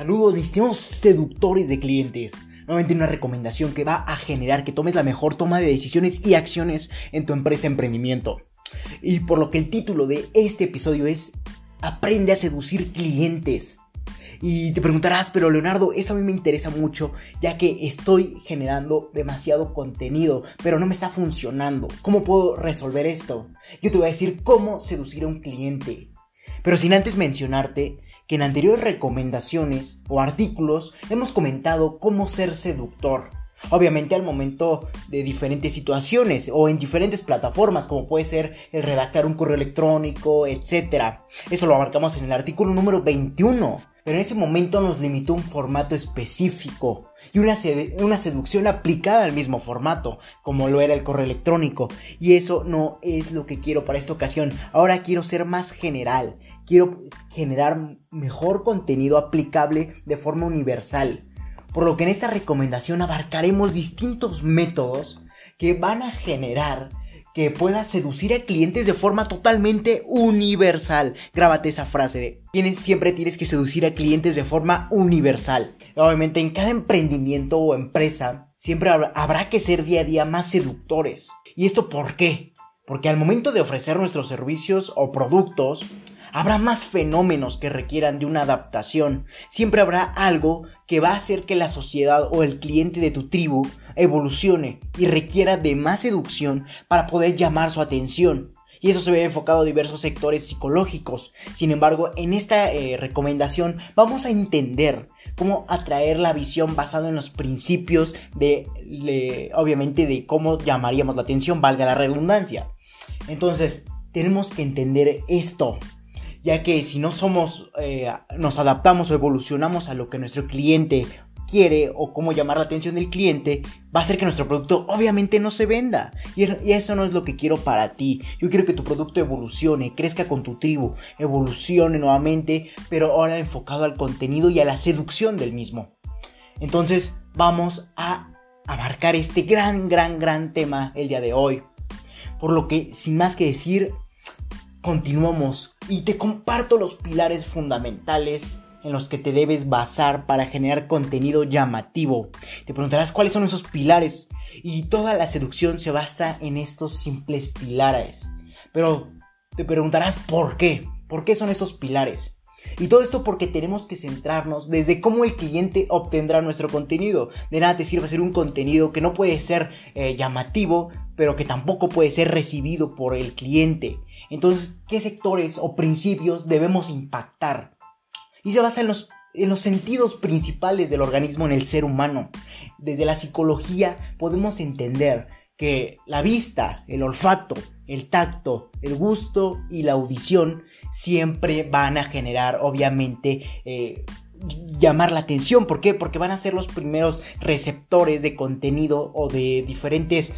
Saludos, mis estimados seductores de clientes. Nuevamente una recomendación que va a generar que tomes la mejor toma de decisiones y acciones en tu empresa emprendimiento. Y por lo que el título de este episodio es Aprende a seducir clientes. Y te preguntarás, pero Leonardo, esto a mí me interesa mucho, ya que estoy generando demasiado contenido, pero no me está funcionando. ¿Cómo puedo resolver esto? Yo te voy a decir cómo seducir a un cliente. Pero sin antes mencionarte que en anteriores recomendaciones o artículos hemos comentado cómo ser seductor. Obviamente al momento de diferentes situaciones o en diferentes plataformas, como puede ser el redactar un correo electrónico, etc. Eso lo abarcamos en el artículo número 21. Pero en ese momento nos limitó un formato específico y una seducción aplicada al mismo formato, como lo era el correo electrónico. Y eso no es lo que quiero para esta ocasión. Ahora quiero ser más general. Quiero generar mejor contenido aplicable de forma universal. Por lo que en esta recomendación abarcaremos distintos métodos que van a generar que puedas seducir a clientes de forma totalmente universal. Grábate esa frase de siempre tienes que seducir a clientes de forma universal. Obviamente en cada emprendimiento o empresa siempre habrá que ser día a día más seductores. ¿Y esto por qué? Porque al momento de ofrecer nuestros servicios o productos, habrá más fenómenos que requieran de una adaptación. Siempre habrá algo que va a hacer que la sociedad o el cliente de tu tribu evolucione y requiera de más seducción para poder llamar su atención. Y eso se ve enfocado a diversos sectores psicológicos. Sin embargo, en esta recomendación vamos a entender cómo atraer la visión basada en los principios obviamente de cómo llamaríamos la atención, valga la redundancia. Entonces, tenemos que entender esto, ya que si no nos adaptamos o evolucionamos a lo que nuestro cliente quiere o cómo llamar la atención del cliente, va a hacer que nuestro producto obviamente no se venda. Y eso no es lo que quiero para ti. Yo quiero que tu producto evolucione, crezca con tu tribu, evolucione nuevamente, pero ahora enfocado al contenido y a la seducción del mismo. Entonces vamos a abarcar este gran tema el día de hoy. Por lo que, sin más que decir, continuamos y te comparto los pilares fundamentales en los que te debes basar para generar contenido llamativo. Te preguntarás cuáles son esos pilares, y toda la seducción se basa en estos simples pilares. Pero te preguntarás ¿por qué? ¿Por qué son estos pilares? Y todo esto porque tenemos que centrarnos desde cómo el cliente obtendrá nuestro contenido. De nada te sirve hacer un contenido que no puede ser llamativo, pero que tampoco puede ser recibido por el cliente. Entonces, ¿qué sectores o principios debemos impactar? Y se basa en los sentidos principales del organismo en el ser humano. Desde la psicología podemos entender que la vista, el olfato, el tacto, el gusto y la audición siempre van a generar, obviamente, llamar la atención. ¿Por qué? Porque van a ser los primeros receptores de contenido o de diferentes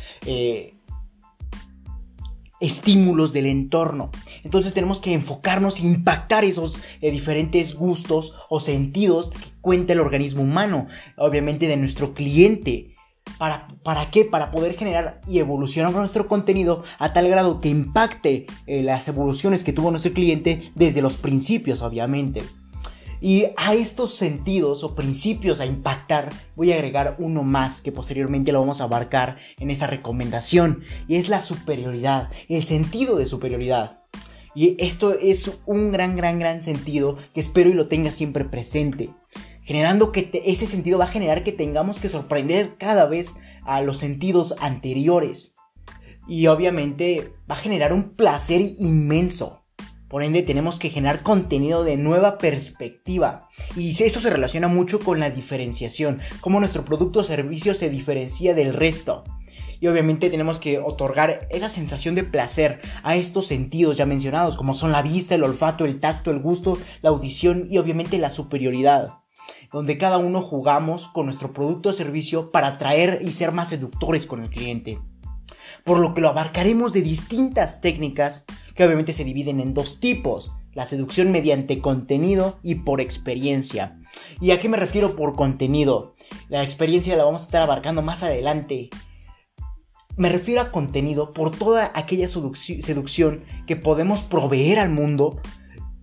estímulos del entorno. Entonces tenemos que enfocarnos e impactar esos diferentes gustos o sentidos que cuenta el organismo humano, obviamente de nuestro cliente. ¿Para qué? Para poder generar y evolucionar nuestro contenido a tal grado que impacte las evoluciones que tuvo nuestro cliente desde los principios, obviamente. Y a estos sentidos o principios a impactar voy a agregar uno más que posteriormente lo vamos a abarcar en esa recomendación, y es la superioridad, el sentido de superioridad. Y esto es un gran sentido que espero y lo tengas siempre presente, generando que ese sentido va a generar que tengamos que sorprender cada vez a los sentidos anteriores, y obviamente va a generar un placer inmenso. Por ende, tenemos que generar contenido de nueva perspectiva. Y esto se relaciona mucho con la diferenciación, cómo nuestro producto o servicio se diferencia del resto. Y obviamente tenemos que otorgar esa sensación de placer a estos sentidos ya mencionados, como son la vista, el olfato, el tacto, el gusto, la audición y obviamente la superioridad, donde cada uno jugamos con nuestro producto o servicio para atraer y ser más seductores con el cliente. Por lo que lo abarcaremos de distintas técnicas que obviamente se dividen en dos tipos: la seducción mediante contenido y por experiencia. ¿Y a qué me refiero por contenido? La experiencia la vamos a estar abarcando más adelante. Me refiero a contenido por toda aquella seducción que podemos proveer al mundo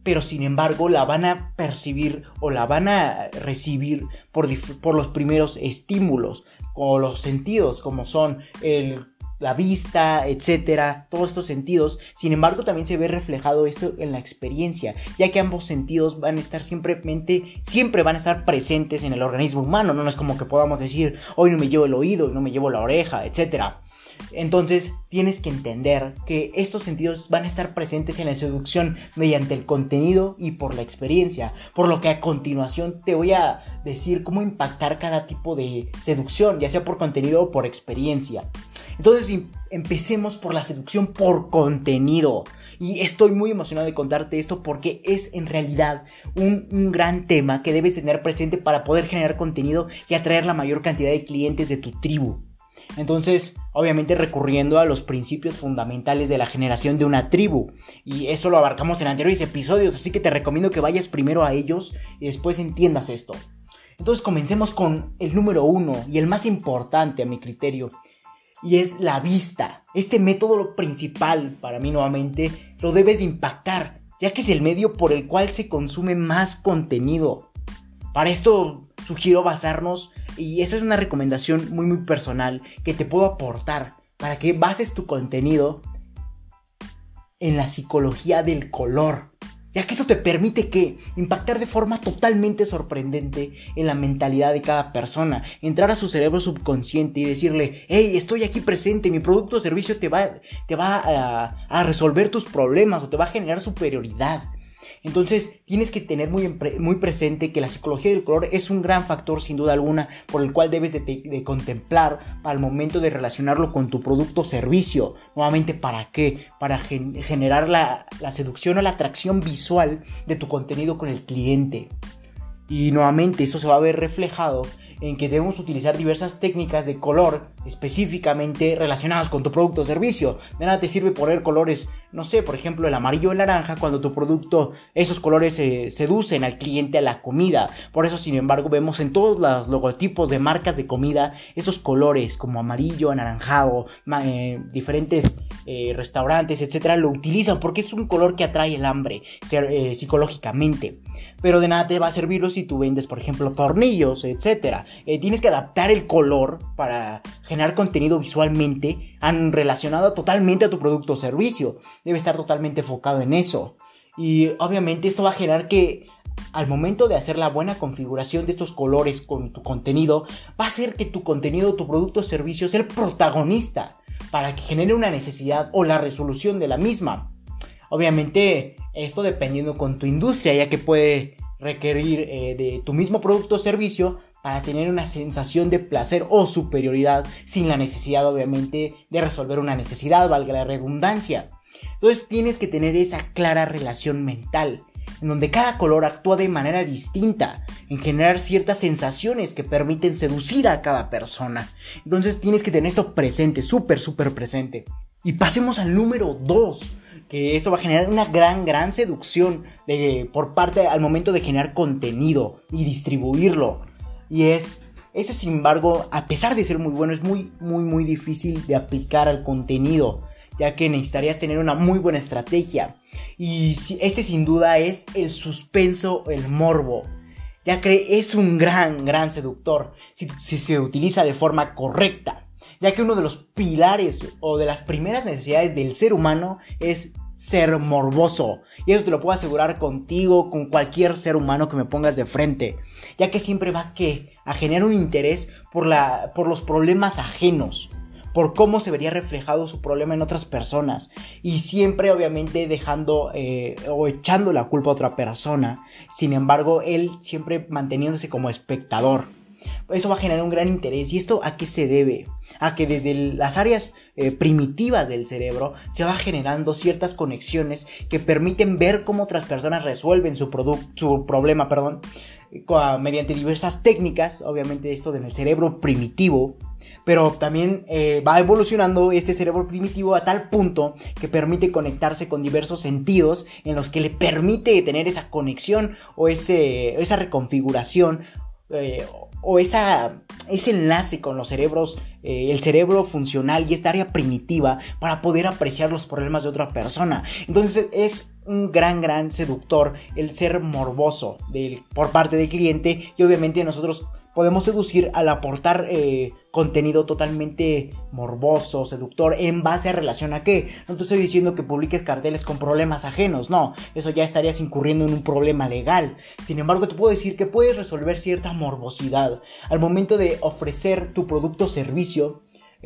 pero sin embargo la van a percibir o la van a recibir por los primeros estímulos o los sentidos, como son la vista, etcétera, todos estos sentidos. Sin embargo, también se ve reflejado esto en la experiencia, ya que ambos sentidos van a estar siempre van a estar presentes en el organismo humano. No es como que podamos decir, hoy no me llevo el oído, no me llevo la oreja, etcétera. Entonces tienes que entender que estos sentidos van a estar presentes en la seducción mediante el contenido y por la experiencia, por lo que a continuación te voy a decir cómo impactar cada tipo de seducción, ya sea por contenido o por experiencia. Entonces empecemos por la seducción por contenido. Y estoy muy emocionado de contarte esto porque es en realidad un gran tema que debes tener presente para poder generar contenido y atraer la mayor cantidad de clientes de tu tribu. Entonces, obviamente recurriendo a los principios fundamentales de la generación de una tribu. Y eso lo abarcamos en anteriores episodios, así que te recomiendo que vayas primero a ellos y después entiendas esto. Entonces comencemos con el número 1 y el más importante a mi criterio. Y es la vista. Este método principal para mí nuevamente lo debes de impactar, ya que es el medio por el cual se consume más contenido. Para esto sugiero basarnos, y eso es una recomendación muy personal que te puedo aportar, para que bases tu contenido en la psicología del color, ya que esto te permite impactar de forma totalmente sorprendente en la mentalidad de cada persona, entrar a su cerebro subconsciente y decirle, hey, estoy aquí presente, mi producto o servicio te va a resolver tus problemas o te va a generar superioridad. Entonces tienes que tener muy presente que la psicología del color es un gran factor sin duda alguna por el cual debes de contemplar al momento de relacionarlo con tu producto o servicio. Nuevamente, ¿para qué? Para generar la seducción o la atracción visual de tu contenido con el cliente. Y nuevamente eso se va a ver reflejado en que debemos utilizar diversas técnicas de color específicamente relacionadas con tu producto o servicio. De nada te sirve poner colores, no sé, por ejemplo el amarillo o el naranja cuando tu producto, esos colores seducen al cliente a la comida. Por eso, sin embargo, vemos en todos los logotipos de marcas de comida esos colores como amarillo, anaranjado, diferentes restaurantes, etcétera, lo utilizan porque es un color que atrae el hambre psicológicamente. Pero de nada te va a servirlo si tú vendes, por ejemplo, tornillos, etcétera. Tienes que adaptar el color para generar contenido visualmente relacionado totalmente a tu producto o servicio. Debe estar totalmente enfocado en eso. Y obviamente esto va a generar que al momento de hacer la buena configuración de estos colores con tu contenido, va a hacer que tu contenido, tu producto o servicio sea el protagonista para que genere una necesidad o la resolución de la misma. Obviamente esto dependiendo con tu industria, ya que puede requerir de tu mismo producto o servicio para tener una sensación de placer o superioridad sin la necesidad obviamente de resolver una necesidad, valga la redundancia. Entonces tienes que tener esa clara relación mental en donde cada color actúa de manera distinta en generar ciertas sensaciones que permiten seducir a cada persona. Entonces tienes que tener esto presente, súper presente. Y pasemos al número 2, que esto va a generar una gran seducción por parte al momento de generar contenido y distribuirlo. Y eso, sin embargo, a pesar de ser muy bueno, es muy difícil de aplicar al contenido, ya que necesitarías tener una muy buena estrategia. Y este sin duda es el suspenso, el morbo, ya que es un gran seductor si se utiliza de forma correcta, ya que uno de los pilares o de las primeras necesidades del ser humano es ser morboso, y eso te lo puedo asegurar contigo, con cualquier ser humano que me pongas de frente, ya que siempre va a generar un interés por los problemas ajenos, por cómo se vería reflejado su problema en otras personas, y siempre obviamente dejando o echando la culpa a otra persona. Sin embargo, él siempre manteniéndose como espectador. Eso va a generar un gran interés. ¿Y esto a qué se debe? A que desde las áreas primitivas del cerebro se va generando ciertas conexiones que permiten ver cómo otras personas resuelven su problema, mediante diversas técnicas, obviamente esto en el cerebro primitivo. Pero también va evolucionando este cerebro primitivo a tal punto que permite conectarse con diversos sentidos en los que le permite tener esa conexión o esa reconfiguración o ese enlace con los cerebros, el cerebro funcional y esta área primitiva para poder apreciar los problemas de otra persona. Entonces es un gran seductor el ser morboso por parte del cliente, y obviamente nosotros podemos seducir al aportar contenido totalmente morboso, seductor, en base a relación a qué. No te estoy diciendo que publiques carteles con problemas ajenos, no, eso ya estarías incurriendo en un problema legal. Sin embargo, te puedo decir que puedes resolver cierta morbosidad al momento de ofrecer tu producto o servicio,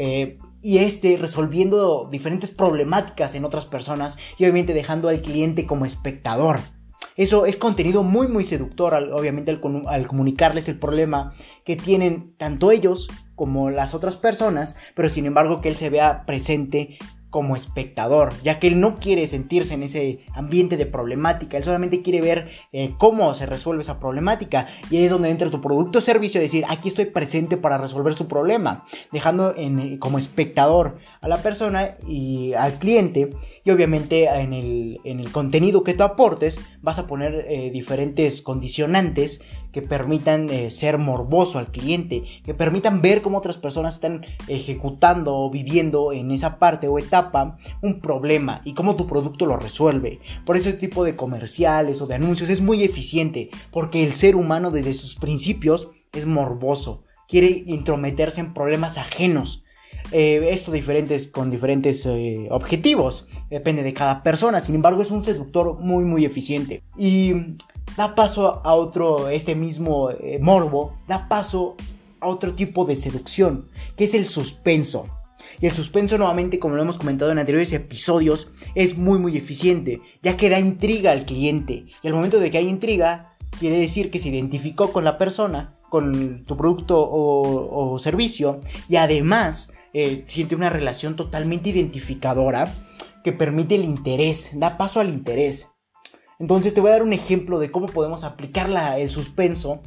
y resolviendo diferentes problemáticas en otras personas, y obviamente dejando al cliente como espectador. Eso es contenido muy seductor, obviamente al comunicarles el problema que tienen tanto ellos como las otras personas, pero sin embargo que él se vea presente como espectador, ya que él no quiere sentirse en ese ambiente de problemática, él solamente quiere ver cómo se resuelve esa problemática, y ahí es donde entra tu producto o servicio, decir, aquí estoy presente para resolver su problema, dejando como espectador a la persona y al cliente. Y obviamente en el contenido que tú aportes vas a poner diferentes condicionantes que permitan ser morboso al cliente, que permitan ver cómo otras personas están ejecutando o viviendo en esa parte o etapa un problema y cómo tu producto lo resuelve. Por eso este tipo de comerciales o de anuncios es muy eficiente, porque el ser humano desde sus principios es morboso, quiere intrometerse en problemas ajenos. Esto con diferentes objetivos, depende de cada persona. Sin embargo, es un seductor muy eficiente, y da paso a otro, mismo morbo da paso a otro tipo de seducción, que es el suspenso. Y el suspenso, nuevamente, como lo hemos comentado en anteriores episodios, es muy eficiente, ya que da intriga al cliente, y al momento de que hay intriga, quiere decir que se identificó con la persona, con tu producto o servicio, y además siente una relación totalmente identificadora que permite el interés, da paso al interés. Entonces te voy a dar un ejemplo de cómo podemos aplicar el suspenso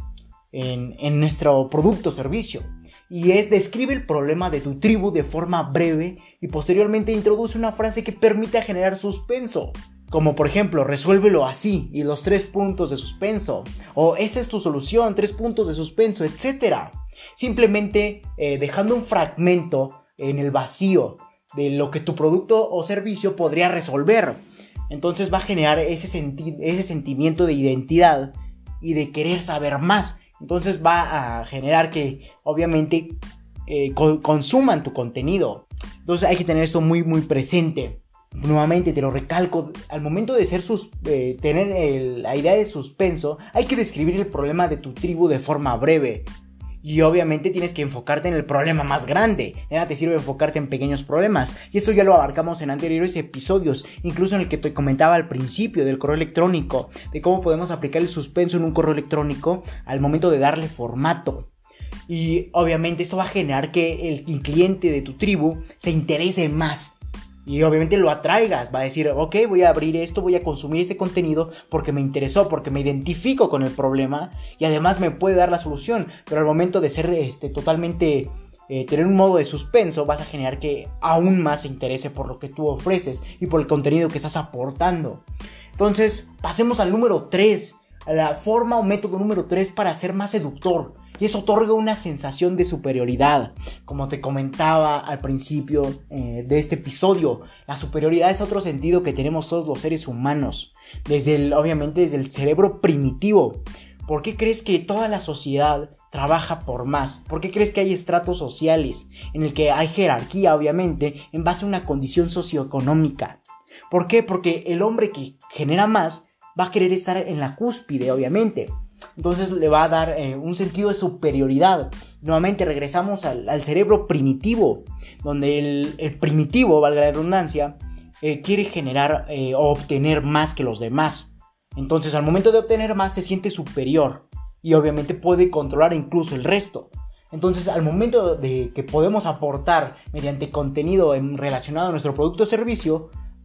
en nuestro producto o servicio. Y describe el problema de tu tribu de forma breve y posteriormente introduce una frase que permita generar suspenso. Como por ejemplo, resuélvelo así y los 3 puntos de suspenso. O esta es tu solución, 3 puntos de suspenso, etc. Simplemente dejando un fragmento en el vacío de lo que tu producto o servicio podría resolver. Entonces va a generar ese sentimiento de identidad y de querer saber más. Entonces va a generar que obviamente consuman tu contenido. Entonces hay que tener esto muy presente. Nuevamente te lo recalco, al momento de tener la idea de suspenso, hay que describir el problema de tu tribu de forma breve. Y obviamente tienes que enfocarte en el problema más grande. De nada te sirve enfocarte en pequeños problemas. Y esto ya lo abarcamos en anteriores episodios, incluso en el que te comentaba al principio del correo electrónico, de cómo podemos aplicar el suspenso en un correo electrónico al momento de darle formato. Y obviamente esto va a generar que el cliente de tu tribu se interese más. Y obviamente lo atraigas, va a decir, ok, voy a abrir esto, voy a consumir este contenido porque me interesó, porque me identifico con el problema y además me puede dar la solución. Pero al momento de ser totalmente, tener un modo de suspenso, vas a generar que aún más se interese por lo que tú ofreces y por el contenido que estás aportando. Entonces, pasemos al número 3, a la forma o método número 3 para ser más seductor. Y eso otorga una sensación de superioridad. Como te comentaba al principio de este episodio, la superioridad es otro sentido que tenemos todos los seres humanos. Obviamente desde el cerebro primitivo. ¿Por qué crees que toda la sociedad trabaja por más? ¿Por qué crees que hay estratos sociales en el que hay jerarquía, obviamente, en base a una condición socioeconómica? ¿Por qué? Porque el hombre que genera más va a querer estar en la cúspide, obviamente. Entonces le va a dar un sentido de superioridad. Nuevamente regresamos al cerebro primitivo, donde el primitivo, valga la redundancia, quiere generar o obtener más que los demás. Entonces al momento de obtener más se siente superior y obviamente puede controlar incluso el resto. Entonces al momento de que podemos aportar mediante contenido relacionado a nuestro producto o servicio,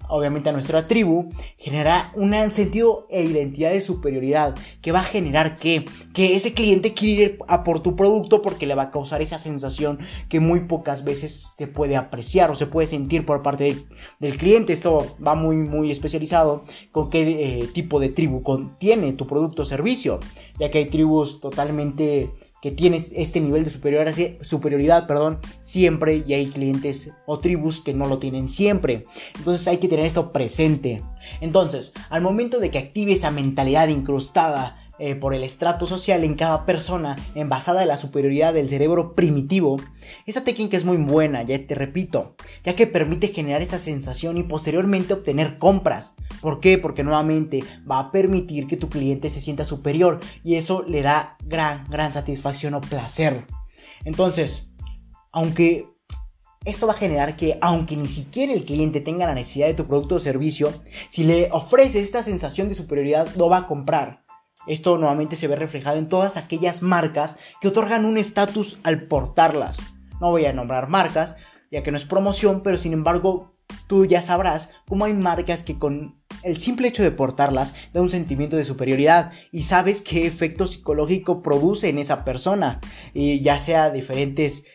obviamente a nuestra tribu, generará un sentido e identidad de superioridad que va a generar que ese cliente quiere ir a por tu producto porque le va a causar esa sensación que muy pocas veces se puede apreciar o se puede sentir por parte del cliente. Esto va muy, muy especializado con qué tipo de tribu contiene tu producto o servicio, ya que hay tribus totalmente que tienes este nivel de superioridad, siempre, y hay clientes o tribus que no lo tienen siempre. Entonces hay que tener esto presente. Entonces, al momento de que active esa mentalidad incrustada por el estrato social en cada persona, basada en la superioridad del cerebro primitivo, esa técnica es muy buena, ya te repito, ya que permite generar esa sensación y posteriormente obtener compras. ¿Por qué? Porque nuevamente va a permitir que tu cliente se sienta superior y eso le da gran satisfacción o placer. Entonces, aunque esto va a generar que, aunque ni siquiera el cliente tenga la necesidad de tu producto o servicio, si le ofreces esta sensación de superioridad, lo va a comprar. Esto nuevamente se ve reflejado en todas aquellas marcas que otorgan un estatus al portarlas. No voy a nombrar marcas, ya que no es promoción, pero sin embargo, tú ya sabrás cómo hay marcas que con el simple hecho de portarlas da un sentimiento de superioridad y sabes qué efecto psicológico produce en esa persona, ya sea diferentes,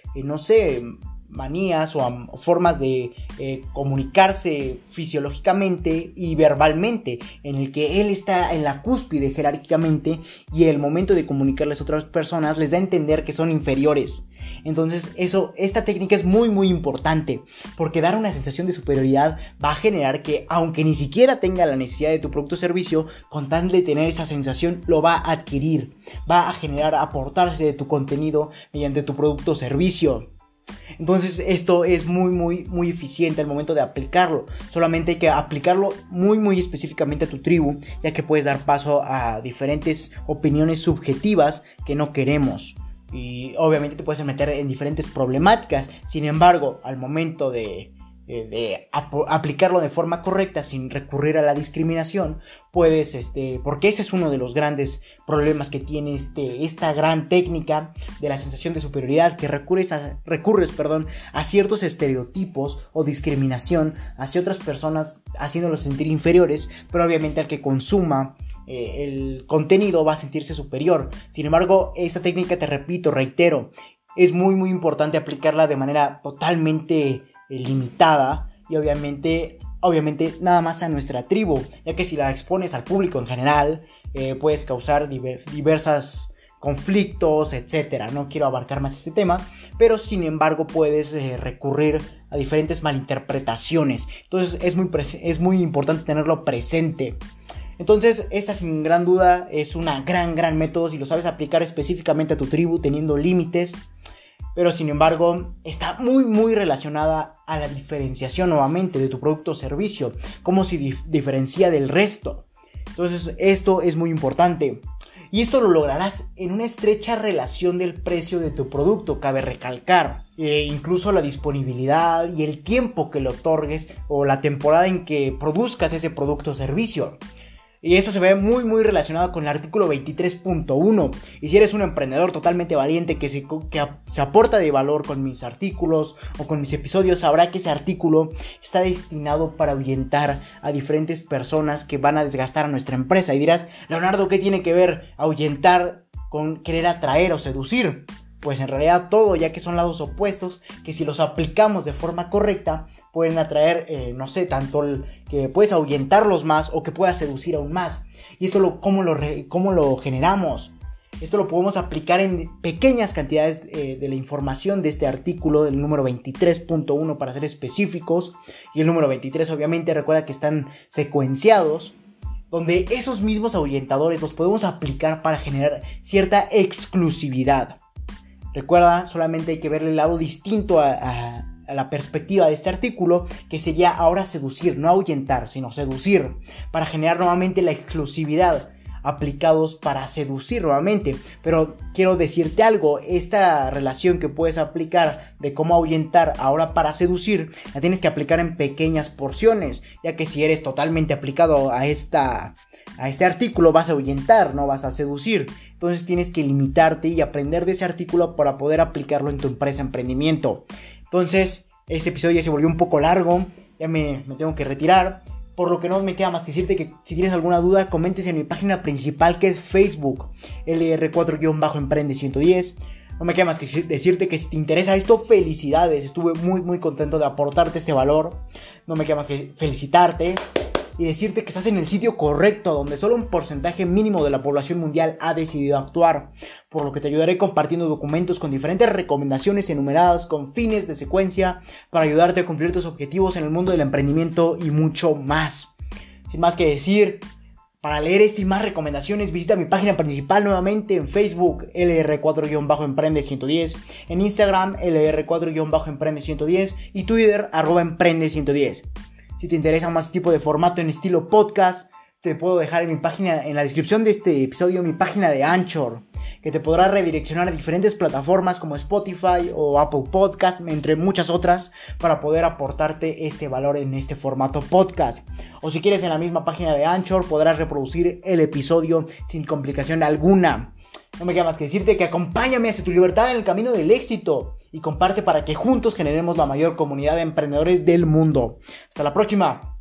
manías o formas de comunicarse fisiológicamente y verbalmente, en el que él está en la cúspide jerárquicamente y el momento de comunicarles a otras personas les da a entender que son inferiores. Entonces esta técnica es muy importante, porque dar una sensación de superioridad va a generar que, aunque ni siquiera tenga la necesidad de tu producto o servicio, con tal de tener esa sensación lo va a adquirir, va a generar aportarse de tu contenido mediante tu producto o servicio. Entonces esto es muy eficiente al momento de aplicarlo. Solamente hay que aplicarlo muy específicamente a tu tribu, ya que puedes dar paso a diferentes opiniones subjetivas que no queremos. Y obviamente te puedes meter en diferentes problemáticas. Sin embargo, al momento de aplicarlo de forma correcta sin recurrir a la discriminación, puedes, porque ese es uno de los grandes problemas que tiene esta gran técnica de la sensación de superioridad, que recurres a ciertos estereotipos o discriminación hacia otras personas, haciéndolos sentir inferiores, pero obviamente al que consuma el contenido va a sentirse superior. Sin embargo, esta técnica, te repito, reitero, es muy importante aplicarla de manera totalmente limitada y obviamente nada más a nuestra tribu, ya que si la expones al público en general puedes causar diversos conflictos, etcétera. No quiero abarcar más este tema, pero sin embargo puedes recurrir a diferentes malinterpretaciones. Entonces es muy importante tenerlo presente. Entonces esta sin gran duda es una gran método si lo sabes aplicar específicamente a tu tribu, teniendo límites. Pero sin embargo está muy relacionada a la diferenciación nuevamente de tu producto o servicio, cómo se diferencia del resto. Entonces esto es muy importante y esto lo lograrás en una estrecha relación del precio de tu producto, cabe recalcar. Incluso la disponibilidad y el tiempo que le otorgues o la temporada en que produzcas ese producto o servicio. Y eso se ve muy relacionado con el artículo 23.1. Y si eres un emprendedor totalmente valiente que se aporta de valor con mis artículos o con mis episodios, sabrá que ese artículo está destinado para ahuyentar a diferentes personas que van a desgastar a nuestra empresa. Y dirás, Leonardo, ¿qué tiene que ver ahuyentar con querer atraer o seducir? Pues en realidad todo, ya que son lados opuestos que si los aplicamos de forma correcta pueden atraer, tanto que puedes ahuyentarlos más o que puedas seducir aún más. Y esto ¿cómo lo generamos? Esto lo podemos aplicar en pequeñas cantidades de la información de este artículo, del número 23.1 para ser específicos, y el número 23 obviamente recuerda que están secuenciados, donde esos mismos ahuyentadores los podemos aplicar para generar cierta exclusividad. Recuerda, solamente hay que verle el lado distinto a la perspectiva de este artículo, que sería ahora seducir, no ahuyentar, sino seducir, para generar nuevamente la exclusividad, aplicados para seducir nuevamente. Pero quiero decirte algo, esta relación que puedes aplicar de cómo ahuyentar ahora para seducir, la tienes que aplicar en pequeñas porciones, ya que si eres totalmente aplicado a este artículo vas a ahuyentar, no vas a seducir. Entonces tienes que limitarte y aprender de ese artículo para poder aplicarlo en tu empresa, emprendimiento. Entonces este episodio ya se volvió un poco largo, ya me tengo que retirar. Por lo que no me queda más que decirte que si tienes alguna duda, comentes en mi página principal, que es Facebook, LR4-Emprende110. No me queda más que decirte que si te interesa esto, felicidades. Estuve muy contento de aportarte este valor. No me queda más que felicitarte y decirte que estás en el sitio correcto, donde solo un porcentaje mínimo de la población mundial ha decidido actuar, por lo que te ayudaré compartiendo documentos con diferentes recomendaciones enumeradas con fines de secuencia para ayudarte a cumplir tus objetivos en el mundo del emprendimiento y mucho más. Sin más que decir, para leer este y más recomendaciones, visita mi página principal nuevamente en Facebook, LR4-Emprende110, en Instagram, LR4-Emprende110 y Twitter, @Emprende110. Si te interesa más tipo de formato en estilo podcast, te puedo dejar en mi página, en la descripción de este episodio, mi página de Anchor, que te podrá redireccionar a diferentes plataformas como Spotify o Apple Podcast, entre muchas otras, para poder aportarte este valor en este formato podcast. O si quieres, en la misma página de Anchor podrás reproducir el episodio sin complicación alguna. No me queda más que decirte que acompáñame hacia tu libertad en el camino del éxito y comparte para que juntos generemos la mayor comunidad de emprendedores del mundo. Hasta la próxima.